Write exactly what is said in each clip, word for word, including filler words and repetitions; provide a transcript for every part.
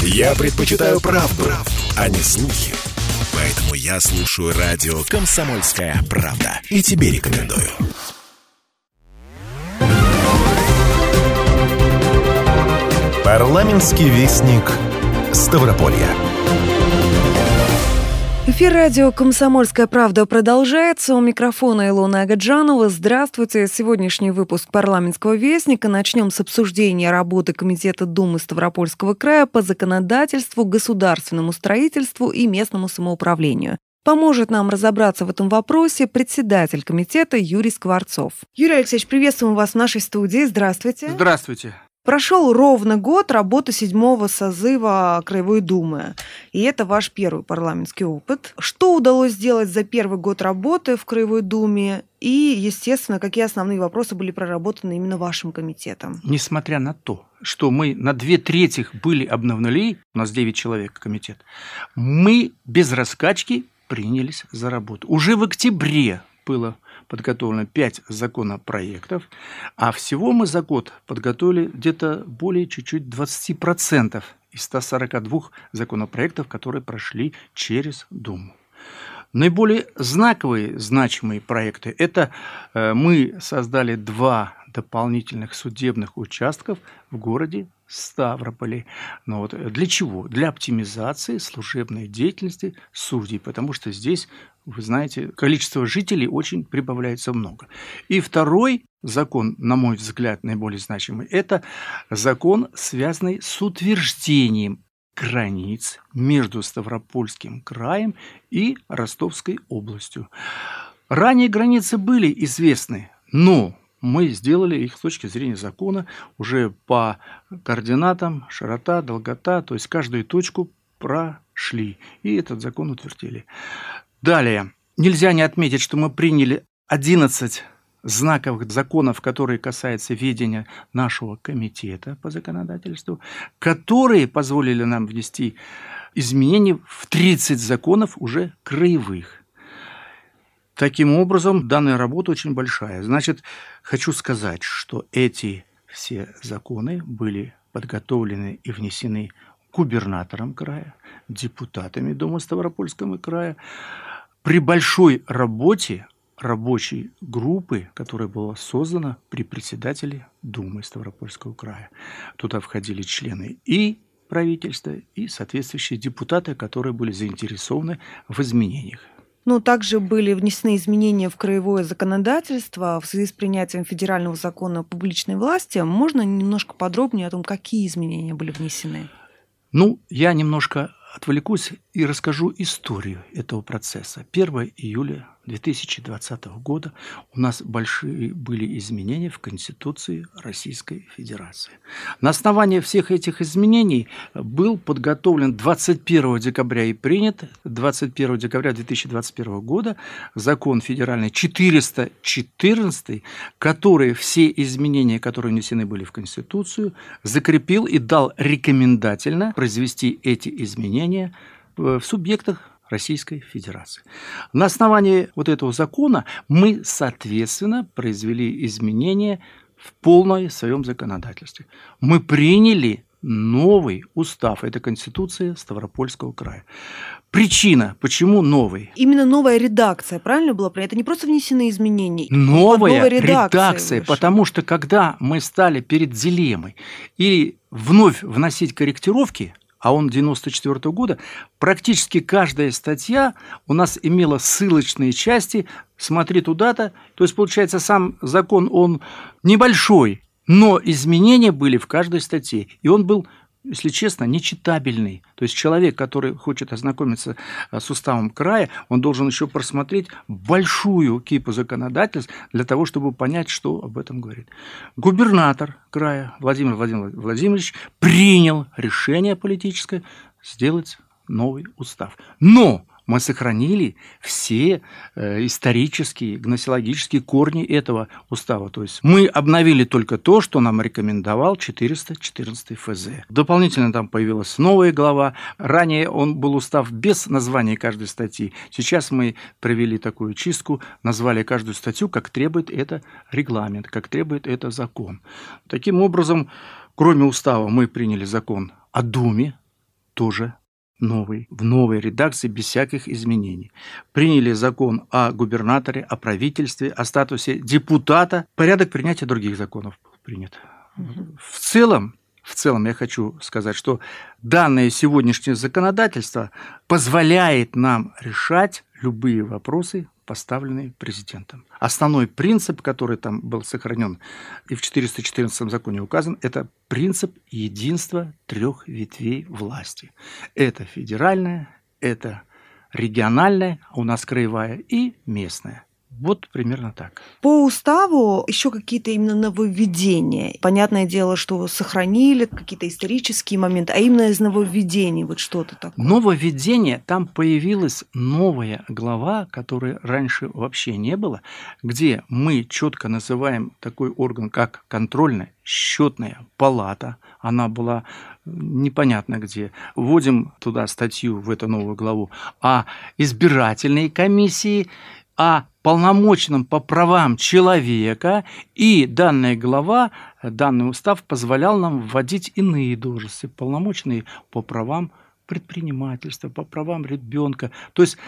Я предпочитаю правду, правду, а не слухи. Поэтому я слушаю радио «Комсомольская правда». И тебе рекомендую. Парламентский вестник Ставрополья. Эфир радио «Комсомольская правда» продолжается. У микрофона Илона Агаджанова. Здравствуйте. Сегодняшний выпуск парламентского вестника начнем с обсуждения работы Комитета Думы Ставропольского края по законодательству, государственному строительству и местному самоуправлению. Поможет нам разобраться в этом вопросе председатель комитета Юрий Скворцов. Юрий Алексеевич, приветствуем вас в нашей студии. Здравствуйте. Здравствуйте. Прошел ровно год работы седьмого созыва Краевой Думы. И это ваш первый парламентский опыт. Что удалось сделать за первый год работы в Краевой Думе? И, естественно, какие основные вопросы были проработаны именно вашим комитетом? Несмотря на то, что мы на две трети были обновлены, у нас девять человек комитет, мы без раскачки принялись за работу. Уже в октябре было подготовлено пять законопроектов, а всего мы за год подготовили где-то более чуть-чуть двадцать процентов из ста сорока двух законопроектов, которые прошли через Думу. Наиболее знаковые, значимые проекты – это мы создали два дополнительных судебных участков в городе Ставрополе. Но вот для чего? Для оптимизации служебной деятельности судей, потому что здесь, вы знаете, количество жителей очень прибавляется много. И второй закон, на мой взгляд, наиболее значимый, это закон, связанный с утверждением границ между Ставропольским краем и Ростовской областью. Ранее границы были известны, но мы сделали их с точки зрения закона уже по координатам, широта, долгота, то есть каждую точку прошли, и этот закон утвердили. Далее, нельзя не отметить, что мы приняли одиннадцать знаковых законов, которые касаются ведения нашего комитета по законодательству, которые позволили нам внести изменения в тридцать законов уже краевых. Таким образом, данная работа очень большая. Значит, хочу сказать, что эти все законы были подготовлены и внесены губернатором края, депутатами Думы Ставропольского края, при большой работе рабочей группы, которая была создана при председателе Думы Ставропольского края. Туда входили члены и правительства, и соответствующие депутаты, которые были заинтересованы в изменениях. Ну, также были внесены изменения в краевое законодательство в связи с принятием федерального закона о публичной власти. Можно немножко подробнее о том, какие изменения были внесены? Ну, я немножко отвлекусь и расскажу историю этого процесса. первого июля две тысячи двадцатого года у нас большие были изменения в Конституции Российской Федерации. На основании всех этих изменений был подготовлен двадцать первого декабря и принят двадцать первого декабря две тысячи двадцать первого года закон федеральный четыреста четырнадцатый, который все изменения, которые внесены были в Конституцию, закрепил и дал рекомендательно произвести эти изменения в субъектах Российской Федерации. На основании вот этого закона мы, соответственно, произвели изменения в полном своем законодательстве. Мы приняли новый устав, это Конституция Ставропольского края. Причина, почему новый? Именно новая редакция, правильно было принято? Это не просто внесены изменения. Новая редакция, потому что когда мы стали перед дилеммой и вновь вносить корректировки, а он девяносто четвёртого года, практически каждая статья у нас имела ссылочные части, смотри туда-то. То есть, получается, сам закон, он небольшой, но изменения были в каждой статье. И он был, если честно, нечитабельный. То есть человек, который хочет ознакомиться с уставом края, он должен еще просмотреть большую кипу законодательств для того, чтобы понять, что об этом говорит. Губернатор края Владимир Владимирович Владимирович принял решение политическое сделать новый устав. Но мы сохранили все э, исторические, гносеологические корни этого устава. То есть мы обновили только то, что нам рекомендовал четыреста четырнадцатый эф зэ. Дополнительно там появилась новая глава. Ранее он был устав без названия каждой статьи. Сейчас мы провели такую чистку, назвали каждую статью, как требует это регламент, как требует это закон. Таким образом, кроме устава, мы приняли закон о Думе, тоже новый, в новой редакции, без всяких изменений. Приняли закон о губернаторе, о правительстве, о статусе депутата. Порядок принятия других законов был принят. Угу. В целом, в целом я хочу сказать, что данное сегодняшнее законодательство позволяет нам решать любые вопросы, поставленные президентом. Основной принцип, который там был сохранен и в четыреста четырнадцатом законе указан, это принцип единства трех ветвей власти. Это федеральная, это региональная, у нас краевая и местная. Вот примерно так. По уставу еще какие-то именно нововведения. Понятное дело, что сохранили какие-то исторические моменты, а именно из нововведений вот что-то такое. Нововведение, там появилась новая глава, которой раньше вообще не было, где мы четко называем такой орган, как контрольная счетная палата. Она была непонятно где. Вводим туда статью, в эту новую главу, о избирательной комиссии, о полномочном по правам человека, и данная глава, данный устав позволял нам вводить иные должности, полномочные по правам предпринимательства, по правам ребенка. То есть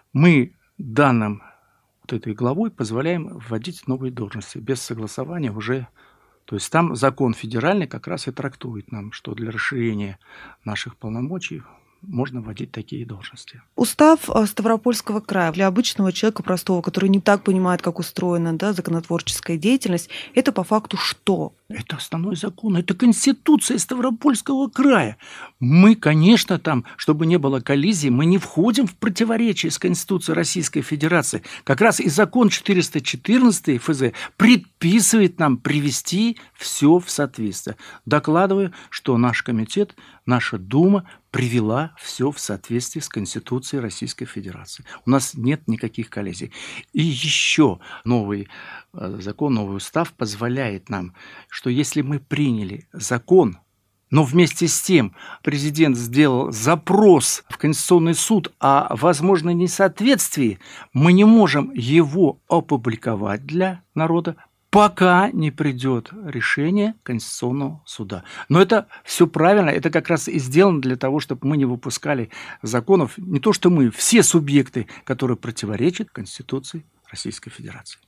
мы данным вот этой главой позволяем вводить новые должности без согласования уже. То есть там закон федеральный как раз и трактует нам, что для расширения наших полномочий можно вводить такие должности. Устав Ставропольского края для обычного человека простого, который не так понимает, как устроена, да, законотворческая деятельность, это по факту что? Это основной закон, это Конституция Ставропольского края. Мы, конечно, там, чтобы не было коллизии, мы не входим в противоречие с Конституцией Российской Федерации. Как раз и закон четыреста четырнадцатый эф зэ предписывает нам привести все в соответствие. Докладываю, что наш комитет, наша Дума привела все в соответствии с Конституцией Российской Федерации. У нас нет никаких коллизий. И еще новый закон, новый устав позволяет нам, что если мы приняли закон, но вместе с тем президент сделал запрос в Конституционный суд о возможной несоответствии, мы не можем его опубликовать для народа, пока не придет решение Конституционного суда. Но это все правильно, это как раз и сделано для того, чтобы мы не выпускали законов, не то что мы, все субъекты, которые противоречат Конституции Российской Федерации.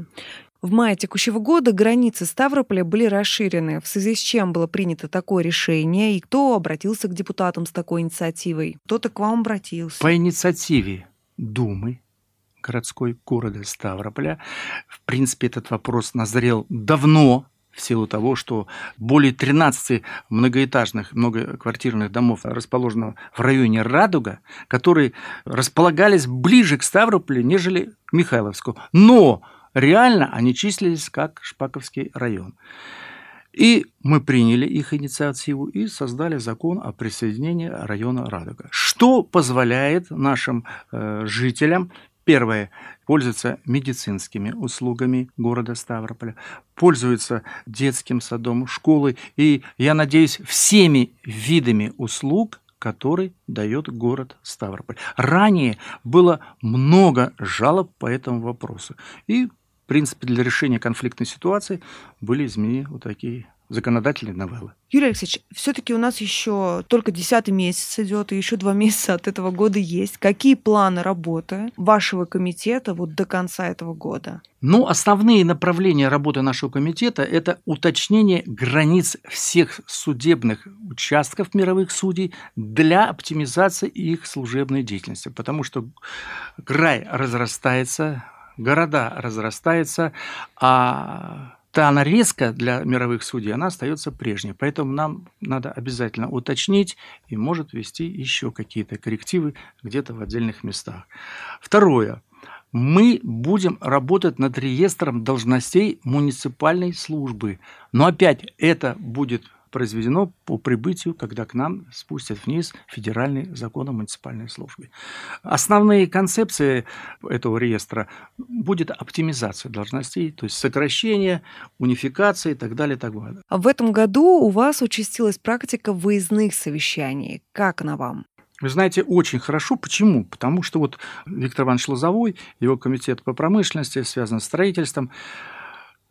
В мае текущего года границы Ставрополя были расширены, в связи с чем было принято такое решение, и кто обратился к депутатам с такой инициативой? Кто-то к вам обратился? По инициативе Думы городской города Ставрополя. В принципе, этот вопрос назрел давно, в силу того, что более тринадцати многоэтажных, многоквартирных домов, расположенных в районе Радуга, которые располагались ближе к Ставрополю, нежели к Михайловску. Но реально они числились как Шпаковский район. И мы приняли их инициативу и создали закон о присоединении района Радуга, что позволяет нашим э, жителям, первое, пользуются медицинскими услугами города Ставрополя, пользуются детским садом, школой и, я надеюсь, всеми видами услуг, которые дает город Ставрополь. Ранее было много жалоб по этому вопросу. И, в принципе, для решения конфликтной ситуации были изменены вот такие законодательные новеллы. Юрий Алексеевич, все-таки у нас еще только десятый месяц идет, и еще два месяца от этого года есть. Какие планы работы вашего комитета вот до конца этого года? Ну, основные направления работы нашего комитета – это уточнение границ всех судебных участков мировых судей для оптимизации их служебной деятельности, потому что край разрастается, города разрастаются, а та нарезка для мировых судей, она остается прежней. Поэтому нам надо обязательно уточнить и может ввести еще какие-то коррективы где-то в отдельных местах. Второе. Мы будем работать над реестром должностей муниципальной службы. Но опять это будет произведено по прибытию, когда к нам спустят вниз федеральный закон о муниципальной службе. Основные концепции этого реестра будет оптимизация должностей, то есть сокращение, унификация и так далее, и так далее. В этом году у вас участилась практика выездных совещаний. Как она вам? Вы знаете, очень хорошо. Почему? Потому что вот Виктор Иванович Лозовой, его комитет по промышленности, связан с строительством,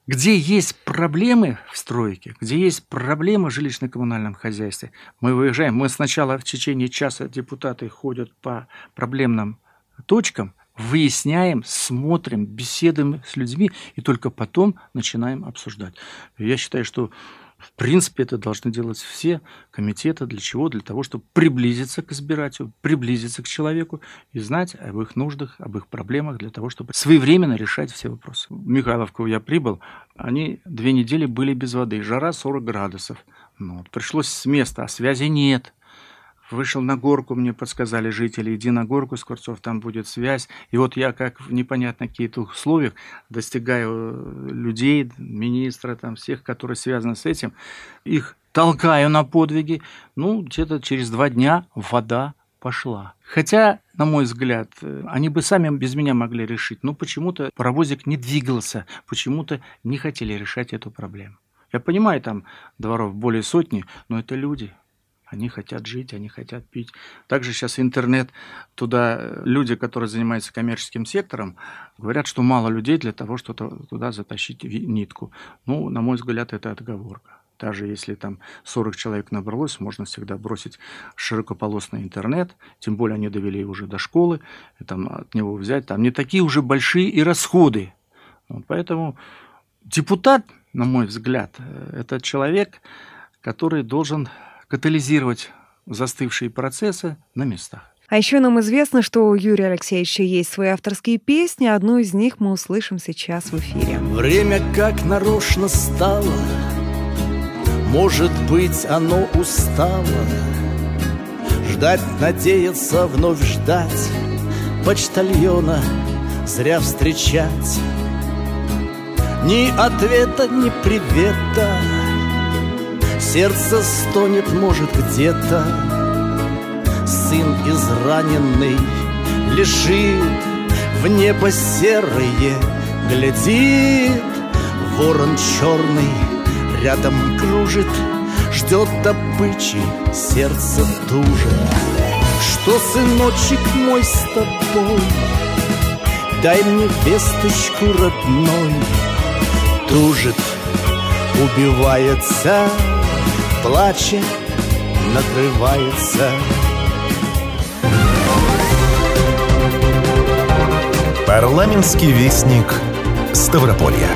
Где есть проблемы в стройке, где есть проблемы в жилищно-коммунальном хозяйстве, мы выезжаем. Мы сначала в течение часа депутаты ходят по проблемным точкам, выясняем, смотрим, беседуем с людьми и только потом начинаем обсуждать. Я считаю, что в принципе это должны делать все комитеты. Для чего? Для того, чтобы приблизиться к избирателю, приблизиться к человеку и знать об их нуждах, об их проблемах, для того, чтобы своевременно решать все вопросы. В Михайловку я прибыл, они две недели были без воды, жара сорок градусов. Ну, вот, пришлось с места, а связи нет. Вышел на горку, мне подсказали жители, иди на горку, Скворцов, там будет связь. И вот я, как в непонятно каких-то условиях, достигаю людей, министра, там, всех, которые связаны с этим, их толкаю на подвиги. Ну, где-то через два дня вода пошла. Хотя, на мой взгляд, они бы сами без меня могли решить, но почему-то паровозик не двигался, почему-то не хотели решать эту проблему. Я понимаю, там дворов более сотни, но это люди. Они хотят жить, они хотят пить. Также сейчас интернет, туда люди, которые занимаются коммерческим сектором, говорят, что мало людей для того, чтобы туда затащить нитку. Ну, на мой взгляд, это отговорка. Даже если там сорок человек набралось, можно всегда бросить широкополосный интернет, тем более они довели уже до школы, и там от него взять. Там не такие уже большие и расходы. Вот, поэтому депутат, на мой взгляд, это человек, который должен катализировать застывшие процессы на местах. А еще нам известно, что у Юрия Алексеевича есть свои авторские песни. Одну из них мы услышим сейчас в эфире. Время как нарочно стало, может быть, оно устало ждать, надеяться, вновь ждать, почтальона зря встречать. Ни ответа, ни привета, сердце стонет, может, где-то. Сын израненный лежит, в небо серое глядит. Ворон черный рядом кружит, ждет добычи, сердце тужит. Что, сыночек мой, с тобой? Дай мне весточку родной. Тужит, убивается, плачет, накрывается. Парламентский вестник Ставрополья.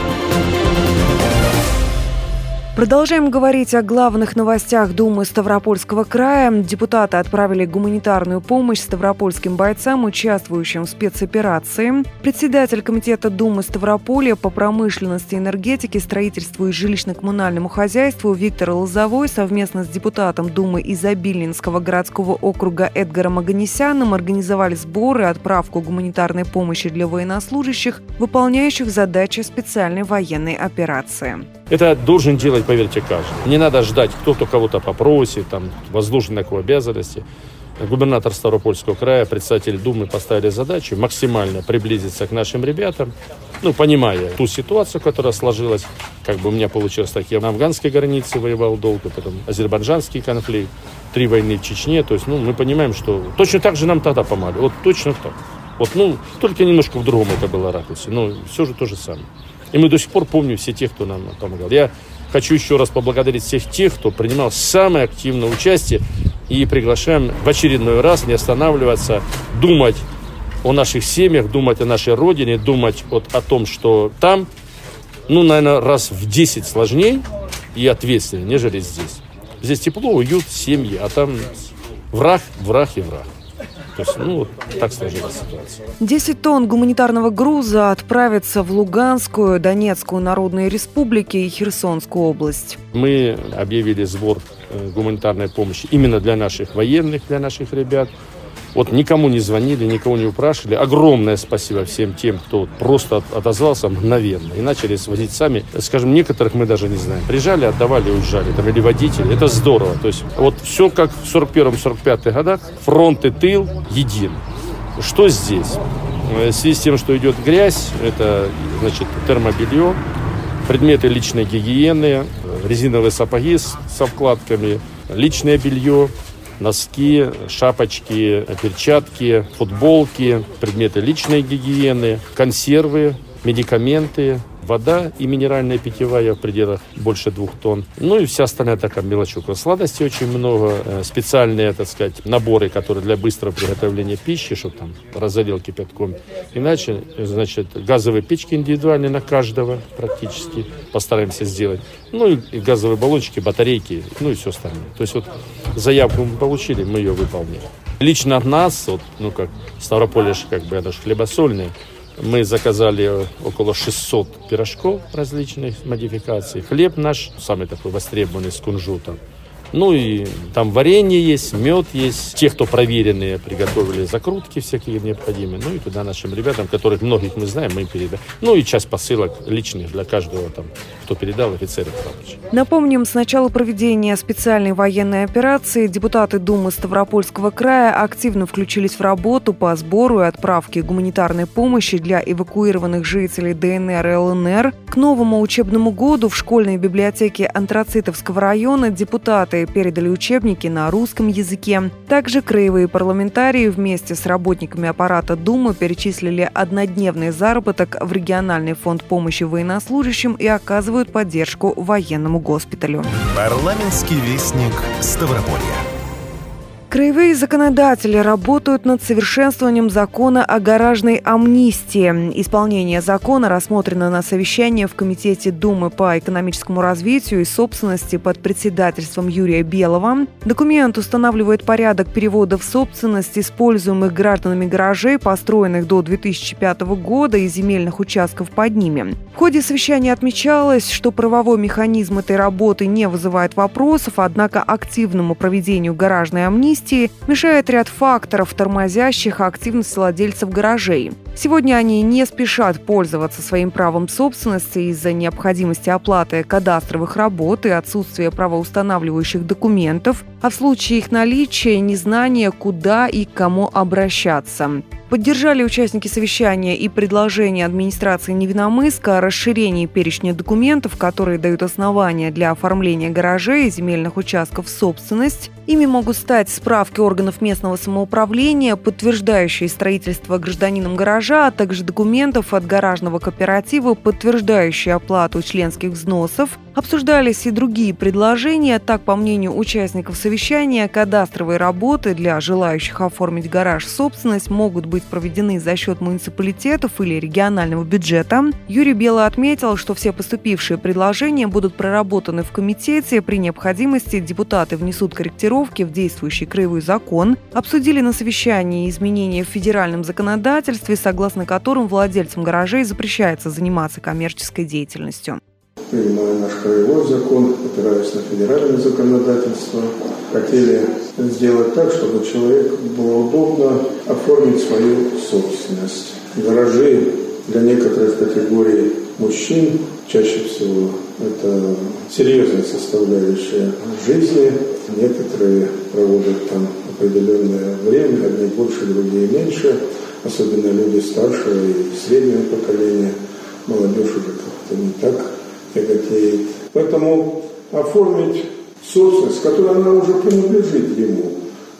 Продолжаем говорить о главных новостях Думы Ставропольского края. Депутаты отправили гуманитарную помощь ставропольским бойцам, участвующим в спецоперации. Председатель комитета Думы Ставрополья по промышленности, энергетике, строительству и жилищно-коммунальному хозяйству Виктор Лозовой совместно с депутатом Думы Изобильнинского городского округа Эдгаром Оганесяном организовали сборы и отправку гуманитарной помощи для военнослужащих, выполняющих задачи специальной военной операции. Это должен делать, поверьте, каждый. Не надо ждать, кто-то кого-то попросит, там, возложенные к обязанности. Губернатор Ставропольского края, председатель Думы поставили задачу максимально приблизиться к нашим ребятам, ну, понимая ту ситуацию, которая сложилась. Как бы у меня получилось так, я на афганской границе воевал долго, потом азербайджанский конфликт, три войны в Чечне. То есть, ну, мы понимаем, что точно так же нам тогда помогли. Вот точно так. Вот, ну, только немножко в другом это было ракурсе, но все же то же самое. И мы до сих пор помним все тех, кто нам помогал. Я хочу еще раз поблагодарить всех тех, кто принимал самое активное участие. И приглашаем в очередной раз не останавливаться, думать о наших семьях, думать о нашей родине, думать вот о том, что там, ну, наверное, раз в десять сложнее и ответственнее, нежели здесь. Здесь тепло, уют, семьи, а там враг, враг и враг. То есть, ну, вот так сложилась ситуация. десять тонн гуманитарного груза отправятся в Луганскую, Донецкую народные республики и Херсонскую область. Мы объявили сбор гуманитарной помощи именно для наших военных, для наших ребят. Вот никому не звонили, никого не упрашивали. Огромное спасибо всем тем, кто просто отозвался мгновенно и начали свозить сами. Скажем, некоторых мы даже не знаем. Приезжали, отдавали, уезжали. Там, или водители. Это здорово. То есть вот все как в сорок первом — сорок пятом годах. Фронт и тыл един. Что здесь? В связи с тем, что идет грязь, это, значит, термобелье, предметы личной гигиены, резиновые сапоги со вкладками, личное белье, носки, шапочки, перчатки, футболки, предметы личной гигиены, консервы, медикаменты, вода и минеральная питьевая в пределах больше двух тонн. Ну и вся остальная такая мелочука. Сладостей очень много, специальные, так сказать, наборы, которые для быстрого приготовления пищи, чтобы там разолил кипятком. Иначе, значит, газовые печки индивидуальные на каждого практически постараемся сделать. Ну и газовые баллончики, батарейки, ну и все остальное. То есть вот заявку мы получили, мы ее выполнили. Лично от нас, вот, ну как Ставрополь, как бы это же хлебосольный, мы заказали около шестисот пирожков различных модификаций. Хлеб наш, самый такой востребованный, с кунжутом. Ну и там варенье есть, мед есть. Те, кто проверенные, приготовили закрутки всякие необходимые. Ну и туда нашим ребятам, которых многих мы знаем, мы передаем. Ну и часть посылок личных для каждого, там, кто передал, офицеров. Напомним, с начала проведения специальной военной операции депутаты Думы Ставропольского края активно включились в работу по сбору и отправке гуманитарной помощи для эвакуированных жителей ДНР и ЛНР. К новому учебному году в школьной библиотеке Антрацитовского района депутаты передали учебники на русском языке. Также краевые парламентарии вместе с работниками аппарата Думы перечислили однодневный заработок в региональный фонд помощи военнослужащим и оказывают поддержку военному госпиталю. Парламентский вестник Ставрополья. Краевые законодатели работают над совершенствованием закона о гаражной амнистии. Исполнение закона рассмотрено на совещании в Комитете Думы по экономическому развитию и собственности под председательством Юрия Белого. Документ устанавливает порядок перевода в собственность используемых гражданами гаражей, построенных до две тысячи пятого года, и земельных участков под ними. В ходе совещания отмечалось, что правовой механизм этой работы не вызывает вопросов, однако активному проведению гаражной амнистии мешает ряд факторов, тормозящих активность владельцев гаражей. Сегодня они не спешат пользоваться своим правом собственности из-за необходимости оплаты кадастровых работ и отсутствия правоустанавливающих документов, а в случае их наличия – незнание, куда и к кому обращаться. Поддержали участники совещания и предложение администрации Невиномысска о расширении перечня документов, которые дают основания для оформления гаражей и земельных участков в собственность. Ими могут стать справки органов местного самоуправления, подтверждающие строительство гражданином гаража, а также документов от гаражного кооператива, подтверждающие оплату членских взносов. Обсуждались и другие предложения. Так, по мнению участников совещания, кадастровые работы для желающих оформить гараж в собственность могут быть проведены за счет муниципалитетов или регионального бюджета. Юрий Белый отметил, что все поступившие предложения будут проработаны в комитете. При необходимости депутаты внесут корректировки в действующий краевой закон. Обсудили на совещании изменения в федеральном законодательстве, согласно которым владельцам гаражей запрещается заниматься коммерческой деятельностью. Принимая наш краевой закон, опираясь на федеральное законодательство, хотели сделать так, чтобы человеку было удобно оформить свою собственность. Гаражи для некоторых категорий мужчин чаще всего это серьезная составляющая жизни. Некоторые проводят там определенное время, одни больше, другие меньше, особенно люди старшего и среднего поколения. Молодежь уже как-то не так тяготеет. Поэтому оформить собственность, которая она уже принадлежит ему.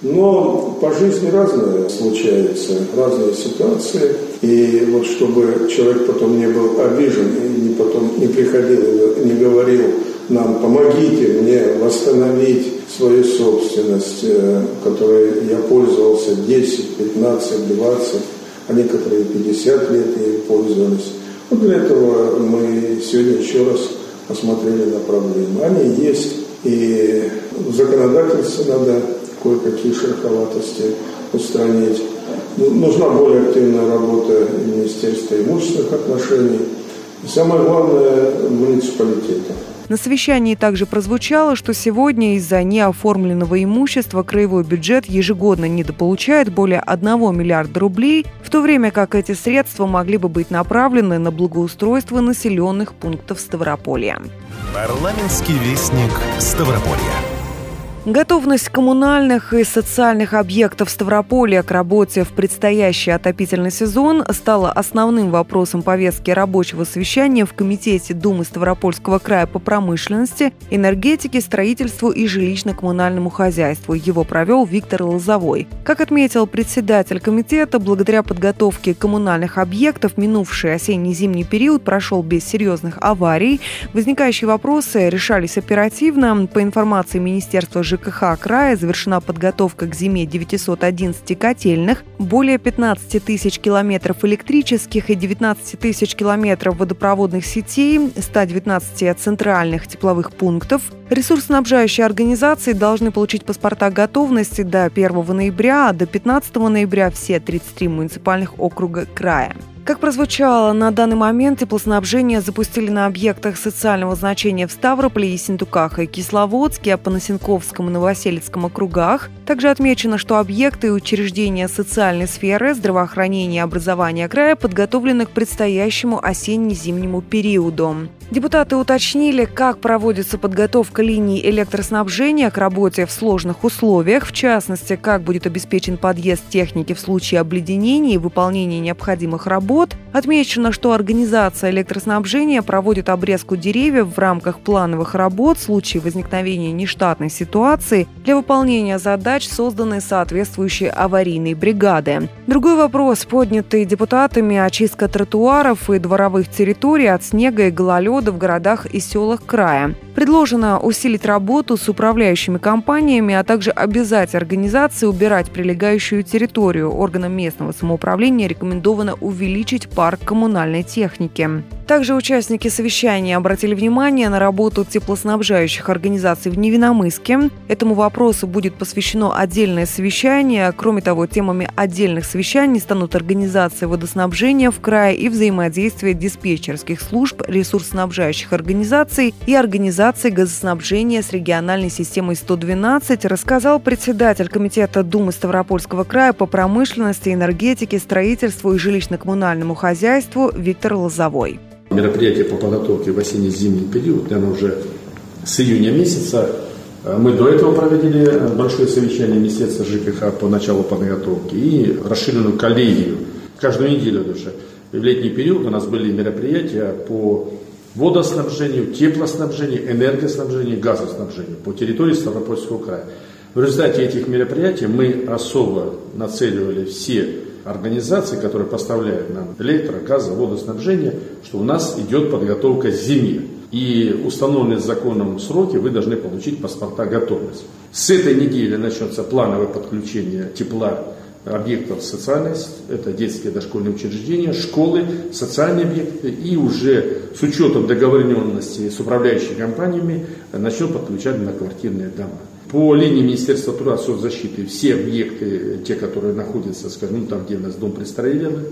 Но по жизни разное случается, разные ситуации. И вот чтобы человек потом не был обижен, и не потом не приходил и не говорил нам: помогите мне восстановить свою собственность, которой я пользовался десять, пятнадцать, двадцать, а некоторые пятьдесят лет ей пользовались. Вот для этого мы сегодня еще раз посмотрели на проблемы. Они есть, и в законодательстве надо кое-какие шероховатости устранить. Нужна более активная работа Министерства имущественных отношений. И самое главное – муниципалитета. На совещании также прозвучало, что сегодня из-за неоформленного имущества краевой бюджет ежегодно недополучает более одного миллиарда рублей, в то время как эти средства могли бы быть направлены на благоустройство населенных пунктов Ставрополья. Парламентский вестник Ставрополья. Готовность коммунальных и социальных объектов Ставрополья к работе в предстоящий отопительный сезон стала основным вопросом повестки рабочего совещания в Комитете Думы Ставропольского края по промышленности, энергетике, строительству и жилищно-коммунальному хозяйству. Его провел Виктор Лозовой. Как отметил председатель комитета, благодаря подготовке коммунальных объектов минувший осенне-зимний период прошел без серьезных аварий. Возникающие вопросы решались оперативно. По информации Министерства ЖКХ края завершена подготовка к зиме девятисот одиннадцати котельных, более пятнадцати тысяч километров электрических и девятнадцати тысяч километров водопроводных сетей, ста девятнадцати центральных тепловых пунктов. Ресурсоснабжающие организации должны получить паспорта готовности до первого ноября, а до пятнадцатого ноября все тридцать три муниципальных округа края. Как прозвучало, на данный момент теплоснабжение запустили на объектах социального значения в Ставрополе, Ессентуках и Кисловодске, а по Носенковском и Новоселицком округах. Также отмечено, что объекты и учреждения социальной сферы, здравоохранения и образования края подготовлены к предстоящему осенне-зимнему периоду. Депутаты уточнили, как проводится подготовка линий электроснабжения к работе в сложных условиях, в частности, как будет обеспечен подъезд техники в случае обледенения и выполнения необходимых работ. Отмечено, что организация электроснабжения проводит обрезку деревьев в рамках плановых работ в случае возникновения нештатной ситуации. Для выполнения задач созданы соответствующие аварийные бригады. Другой вопрос, поднятый депутатами, очистка тротуаров и дворовых территорий от снега и гололеда в городах и селах края. Предложено усилить работу с управляющими компаниями, а также обязать организации убирать прилегающую территорию. Органам местного самоуправления рекомендовано увеличить парк коммунальной техники. Также участники совещания обратили внимание на работу теплоснабжающих организаций в Невинномысске. Этому вопросу будет посвящено отдельное совещание. Кроме того, темами отдельных совещаний станут организация водоснабжения в крае и взаимодействие диспетчерских служб, ресурсоснабжающих организаций и организаций газоснабжения с региональной системой сто двенадцать, рассказал председатель Комитета Думы Ставропольского края по промышленности, энергетике, строительству и жилищно-коммунальному хозяйству Виктор Лозовой. Мероприятие по подготовке в осенне-зимний период, наверное, уже с июня месяца. Мы до этого проводили большое совещание Министерства ЖКХ по началу подготовки и расширенную коллегию. Каждую неделю даже. В летний период у нас были мероприятия по водоснабжению, теплоснабжению, энергоснабжению, газоснабжению по территории Ставропольского края. В результате этих мероприятий мы особо нацеливали все организации, которые поставляют нам электро, газо, водоснабжение, что у нас идет подготовка к зиме. И установленные законом сроки вы должны получить паспорта готовности. С этой недели начнется плановое подключение тепла объектов социальной, это детские дошкольные учреждения, школы, социальные объекты, и уже с учетом договоренности с управляющими компаниями начнем подключать многоквартирные дома. По линии Министерства труда и соцзащиты все объекты, те, которые находятся, скажем, ну, там, где у нас дом престарелых,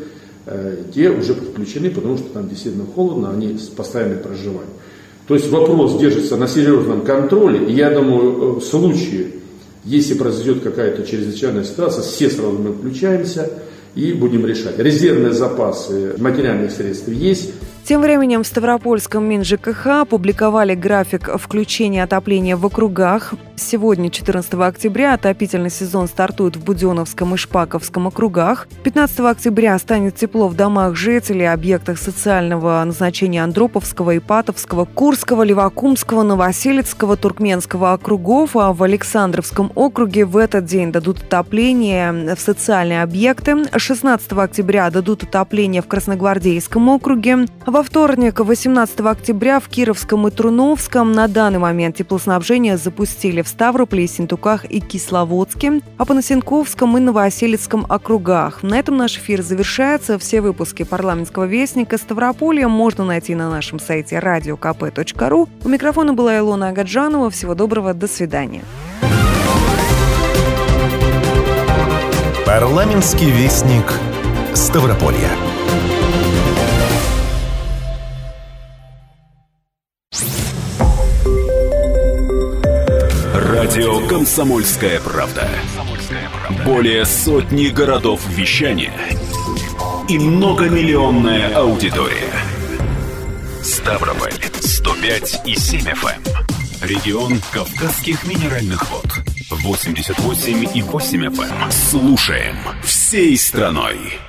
те уже подключены, потому что там действительно холодно, они с постоянным проживанием. То есть вопрос держится на серьезном контроле, и я думаю, в случае, если произойдет какая-то чрезвычайная ситуация, все сразу мы включаемся и будем решать. Резервные запасы материальных средств есть. Тем временем в Ставропольском МинЖКХ опубликовали график включения отопления в округах. Сегодня, четырнадцатого октября, отопительный сезон стартует в Буденновском и Шпаковском округах. пятнадцатого октября станет тепло в домах жителей, объектах социального назначения Андроповского, Ипатовского, Курского, Левакумского, Новоселицкого, Туркменского округов, а в Александровском округе в этот день дадут отопление в социальные объекты. шестнадцатого октября дадут отопление в Красногвардейском округе. Во вторник, восемнадцатого октября, в Кировском и Труновском на данный момент теплоснабжение запустили в Ставрополе, Ессентуках и Кисловодске, а по Носенковском и Новоселицком округах. На этом наш эфир завершается. Все выпуски парламентского вестника Ставрополья можно найти на нашем сайте радио ка пэ точка ру. У микрофона была Илона Агаджанова. Всего доброго, до свидания. Парламентский вестник Ставрополья. Радио «Комсомольская правда». Более сотни городов вещания и многомиллионная аудитория. Ставрополь сто пять и семь эф эм. Регион Кавказских минеральных вод. восемьдесят восемь и восемь эф эм. Слушаем всей страной.